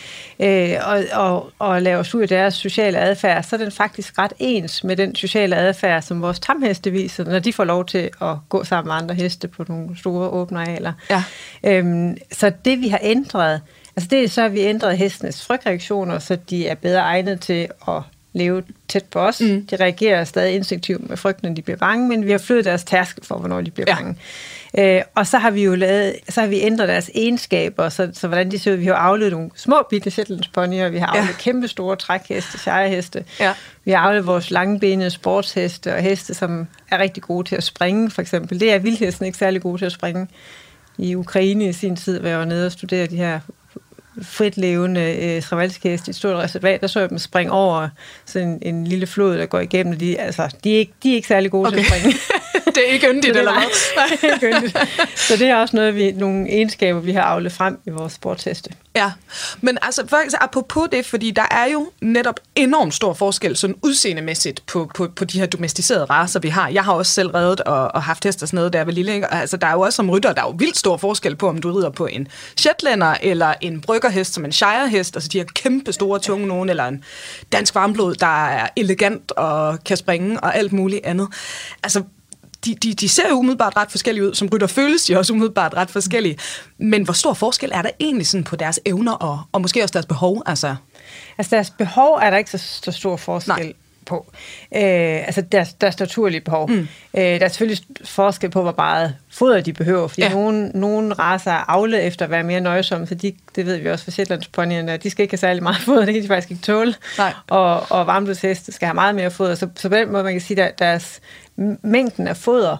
og laver studier af deres sociale adfærd, så er den faktisk ret ens med den sociale adfærd, som vores tamheste viser, når de får lov til at gå sammen med andre heste på nogle store åbne arealer. Ja. Så det vi har ændret, altså det så har vi ændret hestenes frygtreaktioner, så de er bedre egnet til at leve tæt på os. De reagerer stadig instinktivt med frygt, når de bliver bange, men vi har flyttet deres tærskel for, hvornår de bliver bange. Og så har vi ændret deres egenskaber, så hvordan de ser ud. Vi har afledt nogle små bitte shetlandsponyer, vi har afledt kæmpe store trækheste, shireheste. Ja. Vi har afledt vores langbenede sportsheste og heste, som er rigtig gode til at springe, for eksempel. Det er vildhesten ikke særlig gode til at springe. I Ukraine i sin tid, hvor jeg var nede og studere de her fritlevende stravalski-heste i et stort reservat, der så jeg dem springe over sådan en lille flod, der går igennem. De er ikke særlig gode til at springe. Det er ikke yndigt, eller hvad? Nej, det er ikke yndigt. Så det er også nogle egenskaber, vi har avlet frem i vores sportsheste. Ja, men altså faktisk apropos det, fordi der er jo netop enormt stor forskel sådan udseendemæssigt på de her domesticerede racer, vi har. Jeg har også selv reddet og haft hester sådan noget, der var lille. Altså der er jo også som rytter, der er jo vildt stor forskel på, om du rider på en shetlander eller en bryggerhest som en shirehest, altså de her kæmpe store tunge nogen, eller en dansk varmblod, der er elegant og kan springe og alt muligt andet. Altså de ser jo umiddelbart ret forskellige ud. Som rytter føles de også umiddelbart ret forskellige. Men hvor stor forskel er der egentlig sådan på deres evner og måske også deres behov? Altså deres behov er der ikke så stor forskel på. Altså deres naturlige behov. Der er selvfølgelig forskel på, hvor meget foder de behøver, fordi nogle racer er avlet efter at være mere nøjsomme, så det ved vi også for shetlandsponyerne, de skal ikke have særlig meget foder, det kan de faktisk ikke tåle. Og varmblodsheste skal have meget mere foder, så på den måde man kan sige, at deres mængden af foder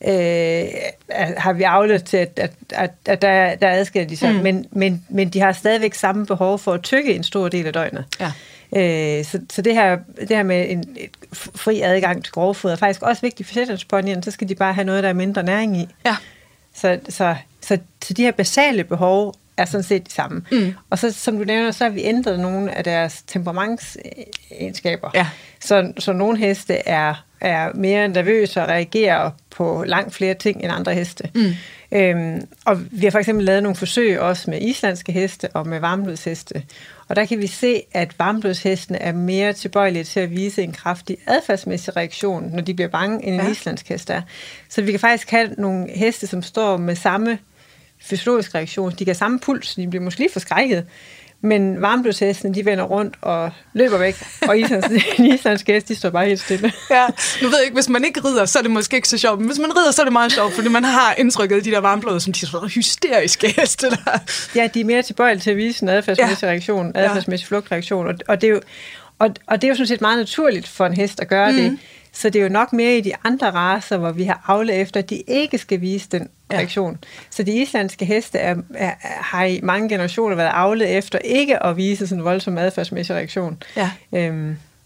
har vi avlet til, at der adskiller de sig, men de har stadigvæk samme behov for at tygge en stor del af døgnet. Ja. Så det her med en fri adgang til grovfoder er faktisk også vigtigt for shetlandsponyerne, så skal de bare have noget, der er mindre næring i. Ja. Så de her basale behov er sådan set de samme. Og så, som du nævner, så har vi ændret nogle af deres temperamentsegenskaber. Ja. Så nogle heste er mere nervøse og reagerer på langt flere ting end andre heste. Og vi har for eksempel lavet nogle forsøg også med islandske heste og med varmblodsheste. Og der kan vi se, at varmblodshestene er mere tilbøjelige til at vise en kraftig adfærdsmæssig reaktion, når de bliver bange, end en islandsk hest er. Så vi kan faktisk have nogle heste, som står med samme fysiologisk reaktion. De kan have samme puls, de bliver måske lige forskrækket. Men varmblodshestene, de vender rundt og løber væk, og islandske heste, de står bare helt stille. Ja, nu ved jeg ikke, hvis man ikke rider, så er det måske ikke så sjovt, men hvis man rider, så er det meget sjovt, fordi man har indtrykket af de der varmblod, som de er hysteriske heste der. Ja, de er mere tilbøjelige til at vise en adfærdsmæssig reaktion, adfærdsmæssig flugtreaktion, og det er jo sådan set meget naturligt for en hest at gøre det. Så det er jo nok mere i de andre racer, hvor vi har avlet efter, at de ikke skal vise den reaktion. Så de islandske heste har i mange generationer været avlet efter ikke at vise sådan en voldsom adfærdsmæssig reaktion. Ja.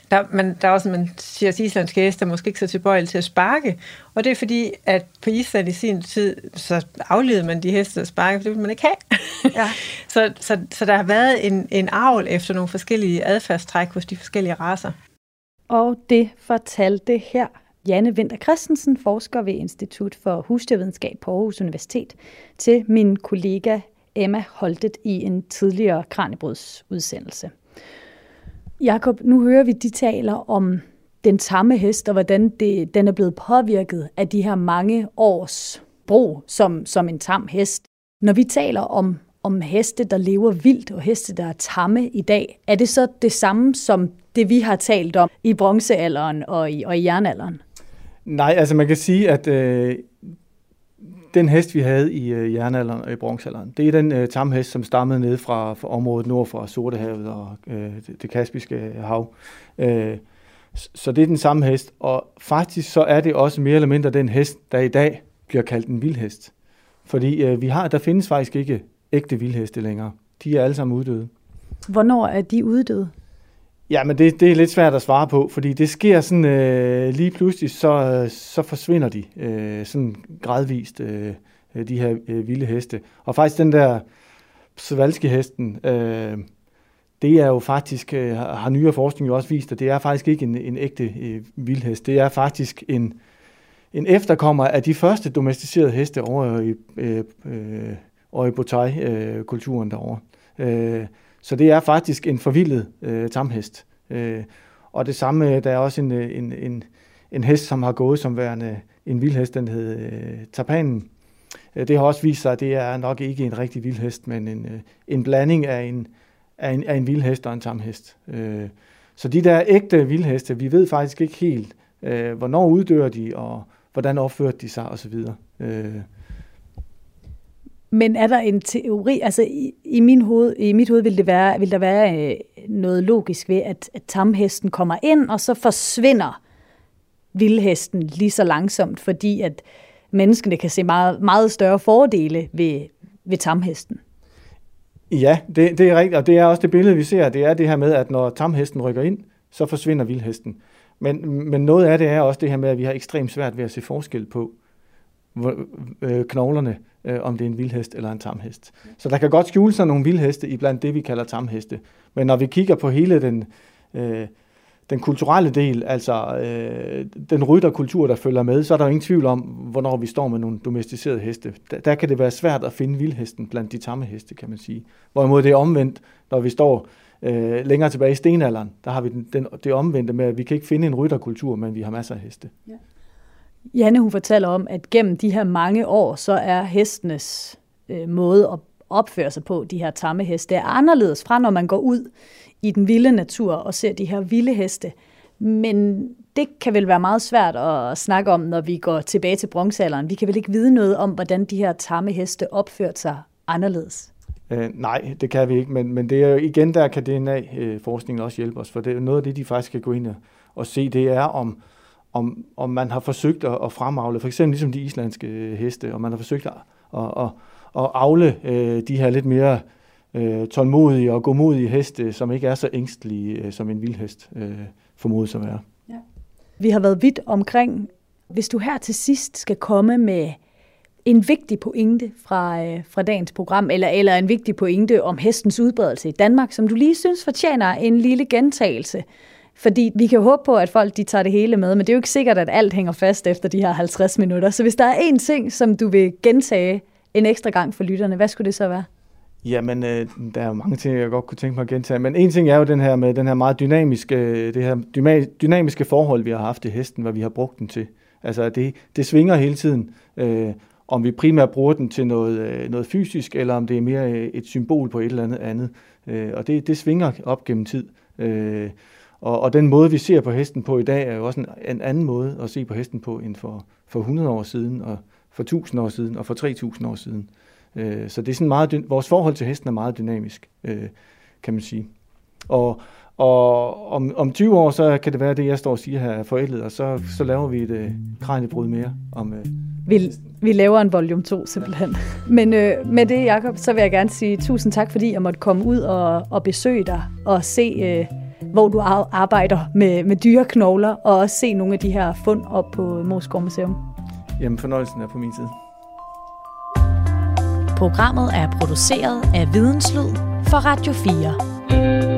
Der er også, man siger, at islandske heste er måske ikke så tilbøjelige til at sparke, og det er fordi, at på Island i sin tid, så aflevede man de heste at sparke, for det ville man ikke have. Ja. så der har været en avl efter nogle forskellige adfærdstræk hos de forskellige racer. Og det fortalte her Janne Winther Christensen, forsker ved Institut for Husdyrvidenskab på Aarhus Universitet, til min kollega Emma Holtet i en tidligere Kraniebrudsudsendelse. Jakob, nu hører vi, de taler om den tamme hest, og hvordan den er blevet påvirket af de her mange års brug som en tam hest. Når vi taler om heste, der lever vildt, og heste, der er tamme i dag, er det så det samme som det, vi har talt om i bronzealderen og i jernalderen? Nej, altså man kan sige, at den hest, vi havde i jernalderen og i bronzealderen, det er den tamhest, som stammede ned fra området nord for Sortehavet og det Kaspiske hav. Så det er den samme hest, og faktisk så er det også mere eller mindre den hest, der i dag bliver kaldt en vildhest. Fordi der findes faktisk ikke ægte vildheste længere. De er alle sammen uddøde. Hvornår er de uddøde? Ja, men det er lidt svært at svare på, fordi det sker sådan lige pludselig, så forsvinder de sådan gradvist, de her vilde heste. Og faktisk den der Przewalski-hesten, det er jo faktisk, har nyere forskning jo også vist, at det er faktisk ikke en ægte vildhest. Det er faktisk en efterkommer af de første domesticerede heste over i Botai-kulturen derovre. Så det er faktisk en forvildet tamhest. Og det samme, der er også en hest, som har gået som værende en vildhest, den hed Tarpanen. Det har også vist sig, at det er nok ikke en rigtig vildhest, men en blanding af en vildhest og en tamhest. Så de der ægte vildheste, vi ved faktisk ikke helt, hvornår uddør de, og hvordan opførte de sig osv. Men er der en teori, altså i mit hoved vil der være noget logisk ved, at tamhesten kommer ind, og så forsvinder vildhesten lige så langsomt, fordi at menneskene kan se meget, meget større fordele ved tamhesten. Ja, det er rigtigt, og det er også det billede, vi ser. Det er det her med, at når tamhesten rykker ind, så forsvinder vildhesten. Men noget af det er også det her med, at vi har ekstremt svært ved at se forskel på knoglerne, om det er en vildhest eller en tamhest. Så der kan godt skjule sig nogle vildheste iblandt det, vi kalder tamheste. Men når vi kigger på hele den kulturelle del, altså den rytterkultur, der følger med, så er der jo ingen tvivl om, hvornår vi står med nogle domesticerede heste. Der kan det være svært at finde vildhesten blandt de tamme heste, kan man sige. Hvorimod det er omvendt, når vi står længere tilbage i stenalderen, der har vi det omvendte med, at vi kan ikke finde en rytterkultur, men vi har masser af heste. Ja. Janne, hun fortæller om, at gennem de her mange år, så er hestenes måde at opføre sig på, de her tamme heste, er anderledes fra, når man går ud i den vilde natur og ser de her vilde heste. Men det kan vel være meget svært at snakke om, når vi går tilbage til bronzealderen. Vi kan vel ikke vide noget om, hvordan de her tamme heste opførte sig anderledes? Nej, det kan vi ikke, men det er jo igen, der kan DNA-forskningen også hjælpe os, for det er noget af det, de faktisk kan gå ind og se, det er om man har forsøgt at fremavle, for eksempel ligesom de islandske heste, og man har forsøgt at avle de her lidt mere tålmodige og godmodige heste, som ikke er så ængstelige, som en vildhest formodes at være. Ja. Vi har været vidt omkring, hvis du her til sidst skal komme med en vigtig pointe fra dagens program, eller en vigtig pointe om hestens udbredelse i Danmark, som du lige synes fortjener en lille gentagelse. Fordi vi kan håbe på, at folk de tager det hele med, men det er jo ikke sikkert, at alt hænger fast efter de her 50 minutter. Så hvis der er én ting, som du vil gentage en ekstra gang for lytterne, hvad skulle det så være? Jamen, der er jo mange ting, jeg godt kunne tænke mig at gentage. Men en ting er jo den her med den her meget dynamiske forhold, vi har haft i hesten, hvad vi har brugt den til. Altså, det svinger hele tiden. Om vi primært bruger den til noget fysisk, eller om det er mere et symbol på et eller andet. Og det svinger op gennem tid. Og den måde, vi ser på hesten på i dag, er jo også en anden måde at se på hesten på end for 100 år siden, og for 1000 år siden, og for 3000 år siden. Så det er sådan meget, vores forhold til hesten er meget dynamisk, kan man sige. Og om 20 år, så kan det være, det jeg står og siger her er forældet, og så laver vi et kraniebrud mere om vi laver en volume 2 simpelthen. Men med det, Jakob, så vil jeg gerne sige tusind tak, fordi jeg måtte komme ud og besøge dig og se hvor du arbejder med dyreknogler, og også se nogle af de her fund op på Moesgaard Museum. Jamen, fornøjelsen er på min side. Programmet er produceret af Videnslyd for Radio 4.